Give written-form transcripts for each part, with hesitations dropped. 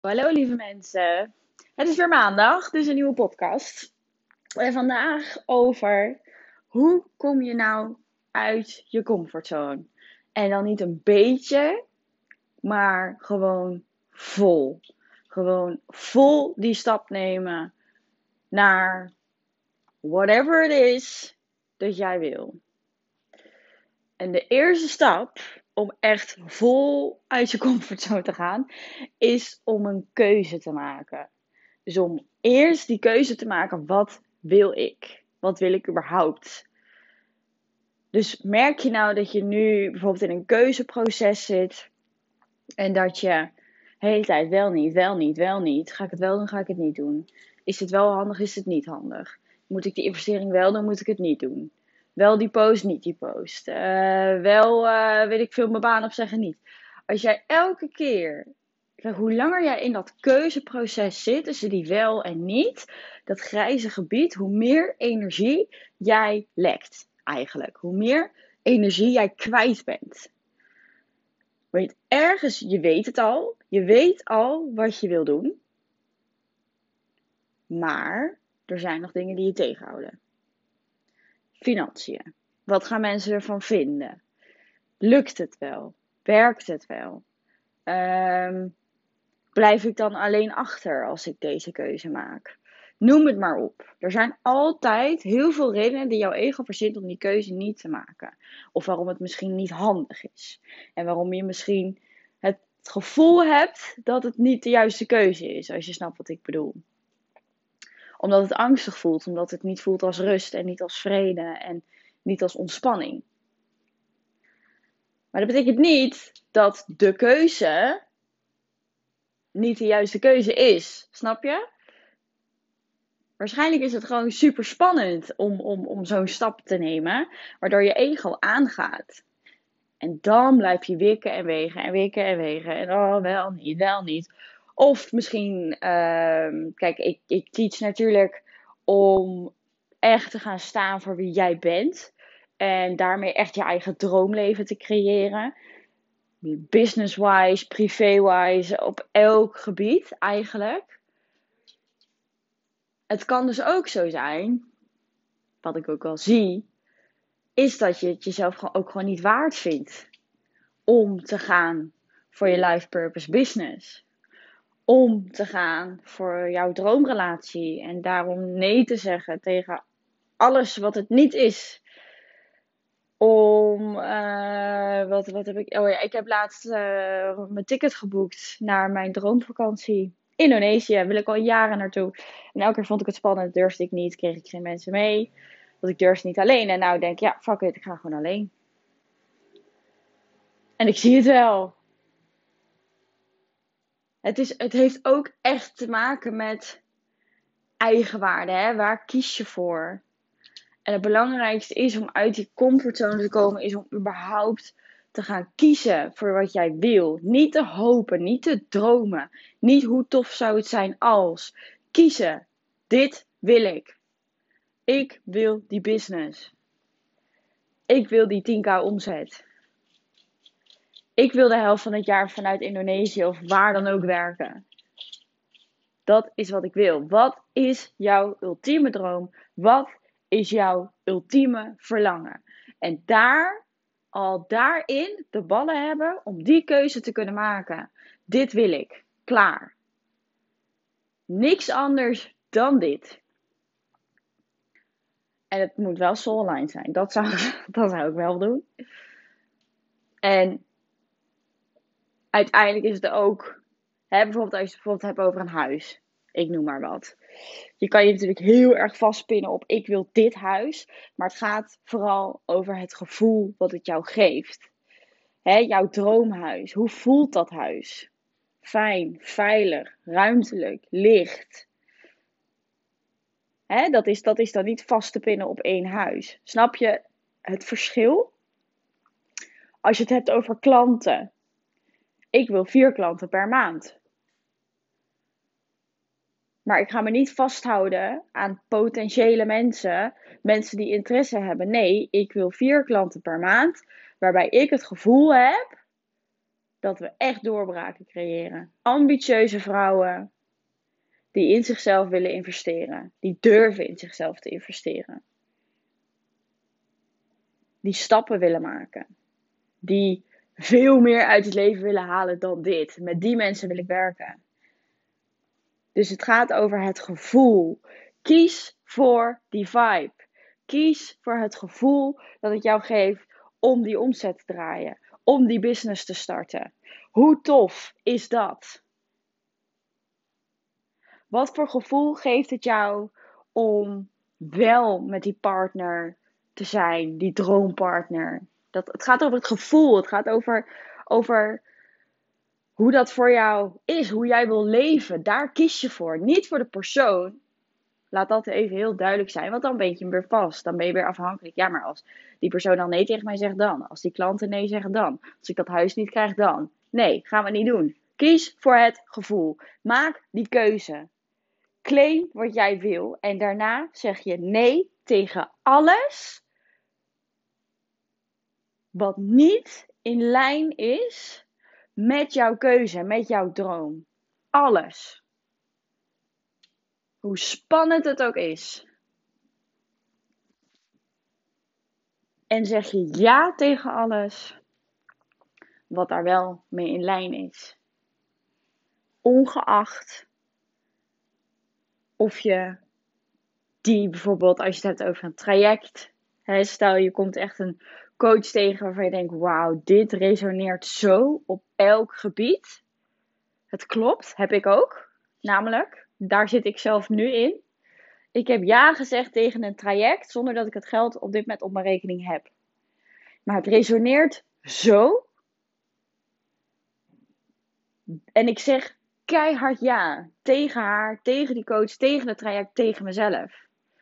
Hallo lieve mensen. Het is weer maandag, dus een nieuwe podcast. En vandaag over hoe kom je nou uit je comfortzone? En dan niet een beetje, maar gewoon vol. Gewoon vol die stap nemen naar whatever it is dat jij wil. En de eerste stap om echt vol uit je comfortzone te gaan, is om een keuze te maken. Dus om eerst die keuze te maken, wat wil ik? Wat wil ik überhaupt? Dus merk je nou dat je nu bijvoorbeeld in een keuzeproces zit en dat je de hele tijd wel niet, wel niet, wel niet. Ga ik het wel doen, ga ik het niet doen? Is het wel handig, is het niet handig? Moet ik die investering wel doen, moet ik het niet doen? Wel die post, niet die post. Weet ik veel, mijn baan opzeggen, niet. Als jij elke keer, kijk, hoe langer jij in dat keuzeproces zit, tussen die wel en niet, dat grijze gebied, hoe meer energie jij lekt eigenlijk. Hoe meer energie jij kwijt bent. Want ergens, je weet het al. Je weet al wat je wil doen. Maar er zijn nog dingen die je tegenhouden. Financiën. Wat gaan mensen ervan vinden? Lukt het wel? Werkt het wel? Blijf ik dan alleen achter als ik deze keuze maak? Noem het maar op. Er zijn altijd heel veel redenen die jouw ego verzint om die keuze niet te maken. Of waarom het misschien niet handig is. En waarom je misschien het gevoel hebt dat het niet de juiste keuze is. Als je snapt wat ik bedoel. Omdat het angstig voelt. Omdat het niet voelt als rust en niet als vrede en niet als ontspanning. Maar dat betekent niet dat de keuze niet de juiste keuze is. Snap je? Waarschijnlijk is het gewoon super spannend om zo'n stap te nemen, waardoor je ego aangaat. En dan blijf je wikken en wegen en wikken en wegen. En oh, wel niet, wel niet. Of misschien, kijk, ik teach natuurlijk om echt te gaan staan voor wie jij bent. En daarmee echt je eigen droomleven te creëren. Business-wise, privé-wise, op elk gebied eigenlijk. Het kan dus ook zo zijn, wat ik ook wel zie, is dat je het jezelf ook gewoon niet waard vindt om te gaan voor je life purpose business. Om te gaan voor jouw droomrelatie en daarom nee te zeggen tegen alles wat het niet is. Wat heb ik? Oh ja, ik heb laatst mijn ticket geboekt naar mijn droomvakantie. Indonesië, wil ik al jaren naartoe. En elke keer vond ik het spannend, durfde ik niet, kreeg ik geen mensen mee. Want ik durfde niet alleen. En nou denk ik, ja, fuck it, ik ga gewoon alleen. En ik zie het wel. Het heeft ook echt te maken met eigenwaarde. Hè? Waar kies je voor? En het belangrijkste is om uit die comfortzone te komen, is om überhaupt te gaan kiezen voor wat jij wil. Niet te hopen, niet te dromen. Niet hoe tof zou het zijn als. Kiezen. Dit wil ik. Ik wil die business. Ik wil die 10.000 omzet. Ik wil de helft van het jaar vanuit Indonesië of waar dan ook werken. Dat is wat ik wil. Wat is jouw ultieme droom? Wat is jouw ultieme verlangen? En daarin de ballen hebben om die keuze te kunnen maken. Dit wil ik. Klaar. Niks anders dan dit. En het moet wel soul-aligned zijn. Dat zou ik wel doen. En uiteindelijk is het ook, bijvoorbeeld als je het bijvoorbeeld hebt over een huis. Ik noem maar wat. Je kan je natuurlijk heel erg vastpinnen op ik wil dit huis. Maar het gaat vooral over het gevoel wat het jou geeft. Jouw droomhuis. Hoe voelt dat huis? Fijn, veilig, ruimtelijk, licht. Dat is dan niet vast te pinnen op één huis. Snap je het verschil? Als je het hebt over klanten. Ik wil 4 klanten per maand. Maar ik ga me niet vasthouden aan potentiële mensen. Mensen die interesse hebben. Nee, ik wil 4 klanten per maand. Waarbij ik het gevoel heb dat we echt doorbraken creëren. Ambitieuze vrouwen die in zichzelf willen investeren. Die durven in zichzelf te investeren. Die stappen willen maken. Die veel meer uit het leven willen halen dan dit. Met die mensen wil ik werken. Dus het gaat over het gevoel. Kies voor die vibe. Kies voor het gevoel dat het jou geeft om die omzet te draaien. Om die business te starten. Hoe tof is dat? Wat voor gevoel geeft het jou om wel met die partner te zijn, die droompartner? Het gaat over het gevoel, het gaat over hoe dat voor jou is, hoe jij wil leven. Daar kies je voor, niet voor de persoon. Laat dat even heel duidelijk zijn, want dan ben je weer vast. Dan ben je weer afhankelijk. Ja, maar als die persoon dan nee tegen mij zegt, dan. Als die klanten nee zeggen, dan. Als ik dat huis niet krijg, dan. Nee, gaan we niet doen. Kies voor het gevoel. Maak die keuze. Claim wat jij wil en daarna zeg je nee tegen alles wat niet in lijn is met jouw keuze, met jouw droom. Alles. Hoe spannend het ook is. En zeg je ja tegen alles wat daar wel mee in lijn is. Ongeacht of je die bijvoorbeeld, als je het hebt over een traject. Stel je komt echt een coach tegen waarvan je denkt, wauw, dit resoneert zo op elk gebied. Het klopt, heb ik ook. Namelijk, daar zit ik zelf nu in. Ik heb ja gezegd tegen een traject zonder dat ik het geld op dit moment op mijn rekening heb. Maar het resoneert zo. En ik zeg keihard ja. Tegen haar, tegen die coach, tegen het traject, tegen mezelf.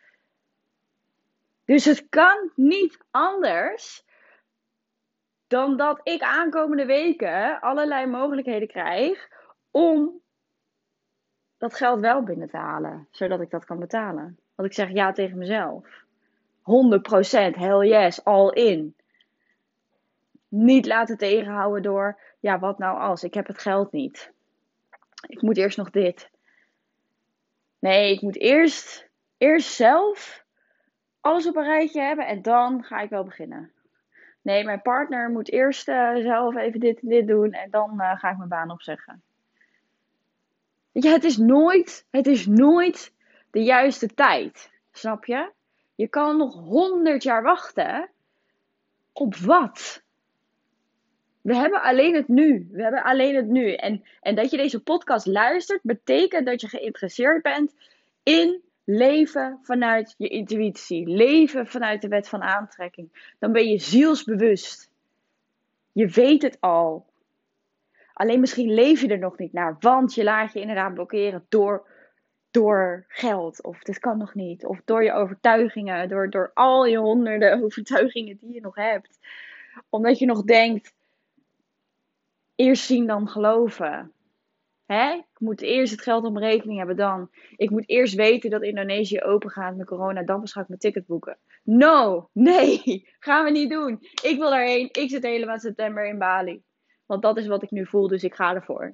Dus het kan niet anders dan dat ik aankomende weken allerlei mogelijkheden krijg om dat geld wel binnen te halen. Zodat ik dat kan betalen. Want ik zeg ja tegen mezelf. 100%, hell yes, all in. Niet laten tegenhouden door, ja wat nou als, ik heb het geld niet. Ik moet eerst nog dit. Nee, ik moet eerst zelf alles op een rijtje hebben en dan ga ik wel beginnen. Nee, mijn partner moet eerst zelf even dit en dit doen en dan ga ik mijn baan opzeggen. Weet je, het is nooit de juiste tijd. Snap je? Je kan nog 100 jaar wachten. Op wat? We hebben alleen het nu. We hebben alleen het nu. En dat je deze podcast luistert, betekent dat je geïnteresseerd bent in leven vanuit je intuïtie. Leven vanuit de wet van aantrekking. Dan ben je zielsbewust. Je weet het al. Alleen misschien leef je er nog niet naar. Want je laat je inderdaad blokkeren door geld. Of dit kan nog niet. Of door je overtuigingen. Door al je honderden overtuigingen die je nog hebt. Omdat je nog denkt, eerst zien dan geloven. Ik moet eerst het geld op mijn rekening hebben dan. Ik moet eerst weten dat Indonesië open gaat met corona. Dan pas ga ik mijn ticket boeken. No, nee, gaan we niet doen. Ik wil daarheen. Ik zit de hele maand september in Bali. Want dat is wat ik nu voel, dus ik ga ervoor.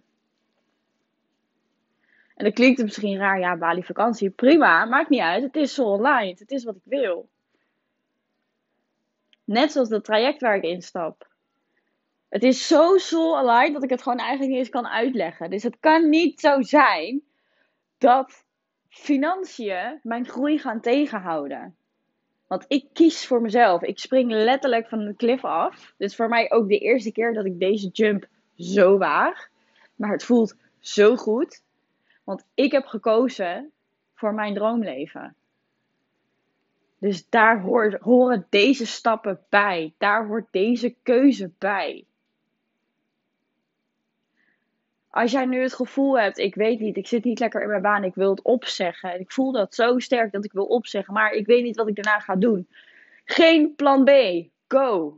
En dan klinkt het misschien raar. Ja, Bali vakantie, prima. Maakt niet uit. Het is soul aligned. Het is wat ik wil. Net zoals dat traject waar ik instap. Het is zo soul aligned dat ik het gewoon eigenlijk niet eens kan uitleggen. Dus het kan niet zo zijn dat financiën mijn groei gaan tegenhouden. Want ik kies voor mezelf. Ik spring letterlijk van de klif af. Dit is voor mij ook de eerste keer dat ik deze jump zo waag. Maar het voelt zo goed. Want ik heb gekozen voor mijn droomleven. Dus daar horen deze stappen bij. Daar hoort deze keuze bij. Als jij nu het gevoel hebt, ik weet niet, ik zit niet lekker in mijn baan, ik wil het opzeggen. En ik voel dat zo sterk dat ik wil opzeggen, maar ik weet niet wat ik daarna ga doen. Geen plan B. Go.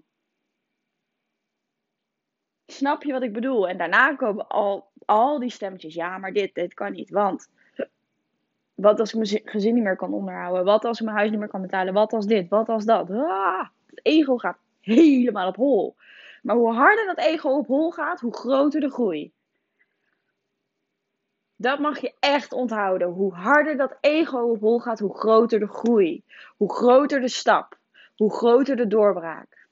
Snap je wat ik bedoel? En daarna komen al die stemmetjes. Ja, maar dit kan niet. Want wat als ik mijn gezin niet meer kan onderhouden? Wat als ik mijn huis niet meer kan betalen? Wat als dit? Wat als dat? Het ego gaat helemaal op hol. Maar hoe harder dat ego op hol gaat, hoe groter de groei. Dat mag je echt onthouden. Hoe harder dat ego op hol gaat, hoe groter de groei. Hoe groter de stap. Hoe groter de doorbraak.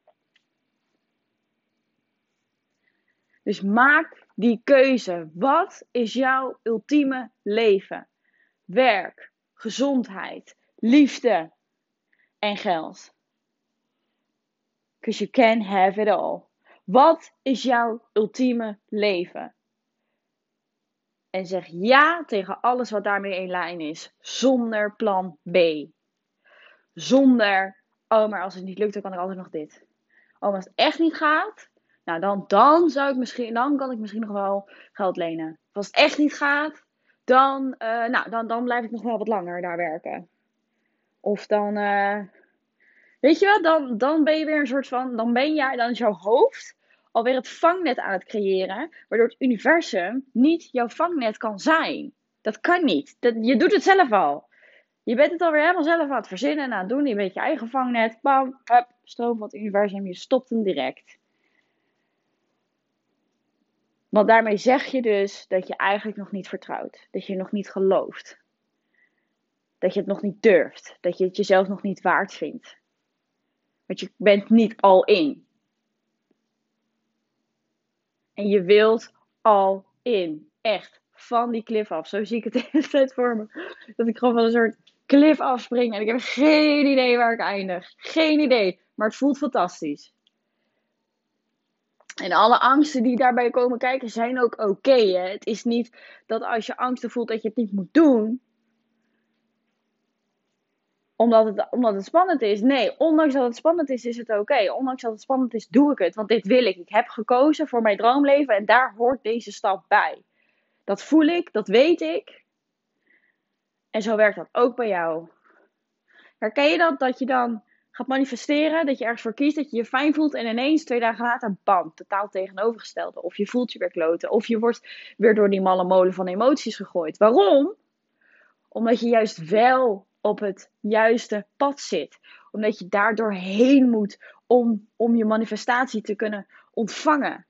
Dus maak die keuze. Wat is jouw ultieme leven? Werk, gezondheid, liefde en geld. Because you can have it all. Wat is jouw ultieme leven? En zeg ja tegen alles wat daarmee in lijn is. Zonder plan B. Zonder, oh maar als het niet lukt dan kan ik altijd nog dit. Oh maar als het echt niet gaat, nou dan kan ik misschien nog wel geld lenen. Of als het echt niet gaat, dan blijf ik nog wel wat langer daar werken. Of dan, weet je wat, dan ben je weer een soort van, dan is jouw hoofd alweer het vangnet aan het creëren, waardoor het universum niet jouw vangnet kan zijn. Dat kan niet. Je doet het zelf al. Je bent het alweer helemaal zelf aan het verzinnen en aan het doen. Je bent je eigen vangnet. Bam, hup, stroom van het universum. Je stopt hem direct. Want daarmee zeg je dus dat je eigenlijk nog niet vertrouwt. Dat je nog niet gelooft. Dat je het nog niet durft. Dat je het jezelf nog niet waard vindt. Want je bent niet al in. En je wilt al in. Echt. Van die klif af. Zo zie ik het de hele tijd voor me. Dat ik gewoon van een soort klif afspring. En ik heb geen idee waar ik eindig. Geen idee. Maar het voelt fantastisch. En alle angsten die daarbij komen kijken zijn ook oké. Het is niet dat als je angsten voelt dat je het niet moet doen. Omdat het spannend is. Nee, ondanks dat het spannend is het oké. Ondanks dat het spannend is, doe ik het. Want dit wil ik. Ik heb gekozen voor mijn droomleven en daar hoort deze stap bij. Dat voel ik, dat weet ik. En zo werkt dat ook bij jou. Herken je dat? Dat je dan gaat manifesteren, dat je ergens voor kiest, dat je je fijn voelt en ineens 2 dagen later, bam, totaal tegenovergestelde. Of je voelt je weer kloten, of je wordt weer door die malle molen van emoties gegooid. Waarom? Omdat je juist wel op het juiste pad zit. Omdat je daar doorheen moet om je manifestatie te kunnen ontvangen.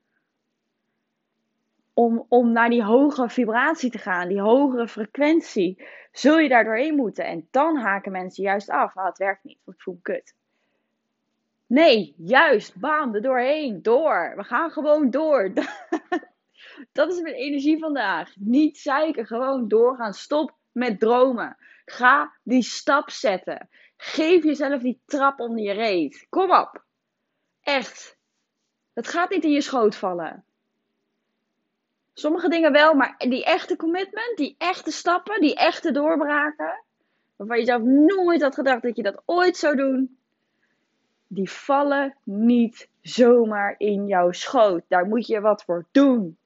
Om naar die hogere vibratie te gaan, die hogere frequentie, zul je daar doorheen moeten. En dan haken mensen juist af. Het werkt niet, want ik voel me kut. Nee, juist, bam, er doorheen, door. We gaan gewoon door. Dat is mijn energie vandaag. Niet zeiken, gewoon doorgaan. Stop met dromen. Ga die stap zetten. Geef jezelf die trap onder je reet. Kom op. Echt. Het gaat niet in je schoot vallen. Sommige dingen wel, maar die echte commitment, die echte stappen, die echte doorbraken, waarvan je zelf nooit had gedacht dat je dat ooit zou doen, die vallen niet zomaar in jouw schoot. Daar moet je wat voor doen.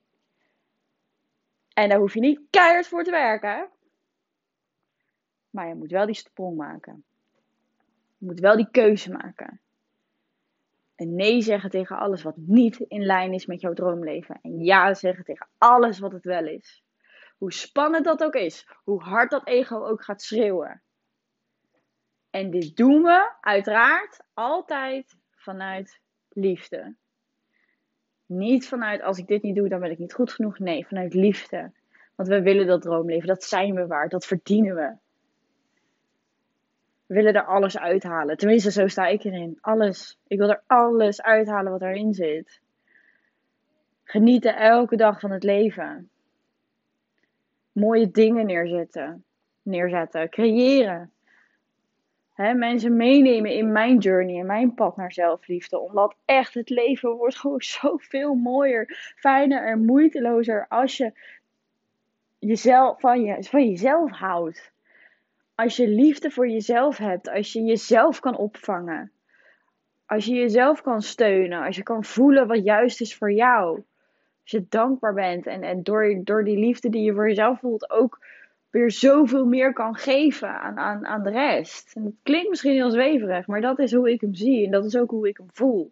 En daar hoef je niet keihard voor te werken. Maar je moet wel die sprong maken. Je moet wel die keuze maken. En nee zeggen tegen alles wat niet in lijn is met jouw droomleven. En ja zeggen tegen alles wat het wel is. Hoe spannend dat ook is. Hoe hard dat ego ook gaat schreeuwen. En dit doen we uiteraard altijd vanuit liefde. Niet vanuit als ik dit niet doe dan ben ik niet goed genoeg. Nee, vanuit liefde. Want we willen dat droomleven. Dat zijn we waard. Dat verdienen we. We willen er alles uithalen. Tenminste, zo sta ik erin. Alles. Ik wil er alles uithalen wat erin zit. Genieten elke dag van het leven. Mooie dingen neerzetten. Creëren. Mensen meenemen in mijn journey. In mijn pad naar zelfliefde. Omdat echt het leven wordt gewoon zoveel mooier. Fijner en moeitelozer. Als je van jezelf houdt. Als je liefde voor jezelf hebt. Als je jezelf kan opvangen. Als je jezelf kan steunen. Als je kan voelen wat juist is voor jou. Als je dankbaar bent. En door die liefde die je voor jezelf voelt. Ook weer zoveel meer kan geven aan de rest. En het klinkt misschien heel zweverig. Maar dat is hoe ik hem zie. En dat is ook hoe ik hem voel.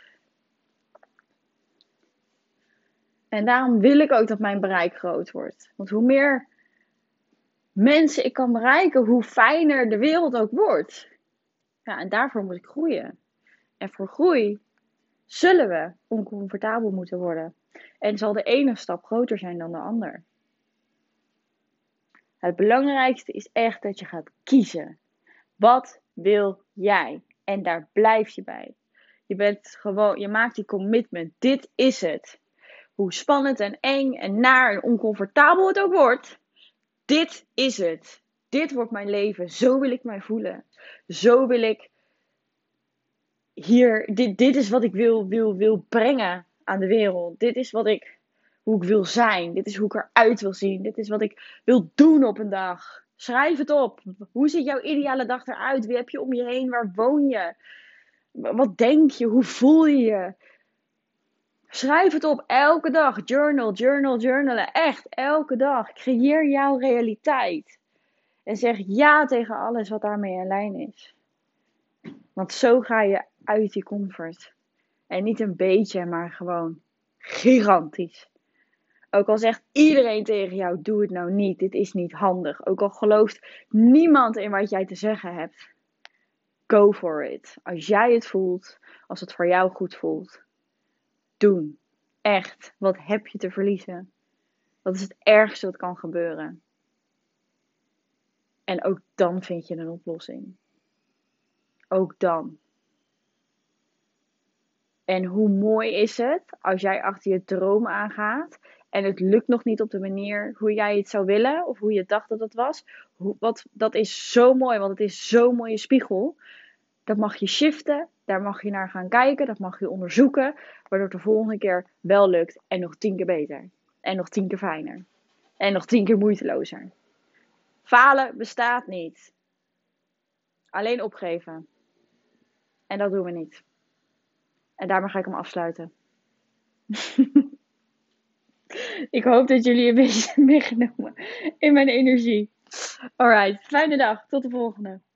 En daarom wil ik ook dat mijn bereik groot wordt. Want hoe meer mensen ik kan bereiken. Hoe fijner de wereld ook wordt. Ja, en daarvoor moet ik groeien. En voor groei zullen we oncomfortabel moeten worden. En zal de ene stap groter zijn dan de ander. Het belangrijkste is echt dat je gaat kiezen. Wat wil jij? En daar blijf je bij. Je maakt die commitment. Dit is het. Hoe spannend en eng en naar en oncomfortabel het ook wordt. Dit is het. Dit wordt mijn leven. Zo wil ik mij voelen. Zo wil ik dit is wat ik wil brengen aan de wereld. Dit is hoe ik wil zijn. Dit is hoe ik eruit wil zien. Dit is wat ik wil doen op een dag. Schrijf het op. Hoe ziet jouw ideale dag eruit? Wie heb je om je heen? Waar woon je? Wat denk je? Hoe voel je je? Schrijf het op elke dag. Journalen. Echt, elke dag. Creëer jouw realiteit. En zeg ja tegen alles wat daarmee in lijn is. Want zo ga je uit die comfort. En niet een beetje, maar gewoon gigantisch. Ook al zegt iedereen tegen jou, doe het nou niet. Dit is niet handig. Ook al gelooft niemand in wat jij te zeggen hebt. Go for it. Als jij het voelt, als het voor jou goed voelt. Doen. Echt. Wat heb je te verliezen? Wat is het ergste wat kan gebeuren? En ook dan vind je een oplossing. Ook dan. En hoe mooi is het als jij achter je droom aangaat en het lukt nog niet op de manier hoe jij het zou willen of hoe je dacht dat het was. Dat is zo mooi, want het is zo'n mooie spiegel. Dat mag je shiften, daar mag je naar gaan kijken, dat mag je onderzoeken, waardoor het de volgende keer wel lukt en nog 10 keer beter. En nog 10 keer fijner. En nog 10 keer moeitelozer. Falen bestaat niet. Alleen opgeven. En dat doen we niet. En daarmee ga ik hem afsluiten. Ik hoop dat jullie een beetje zijn meegenomen in mijn energie. Alright, fijne dag. Tot de volgende.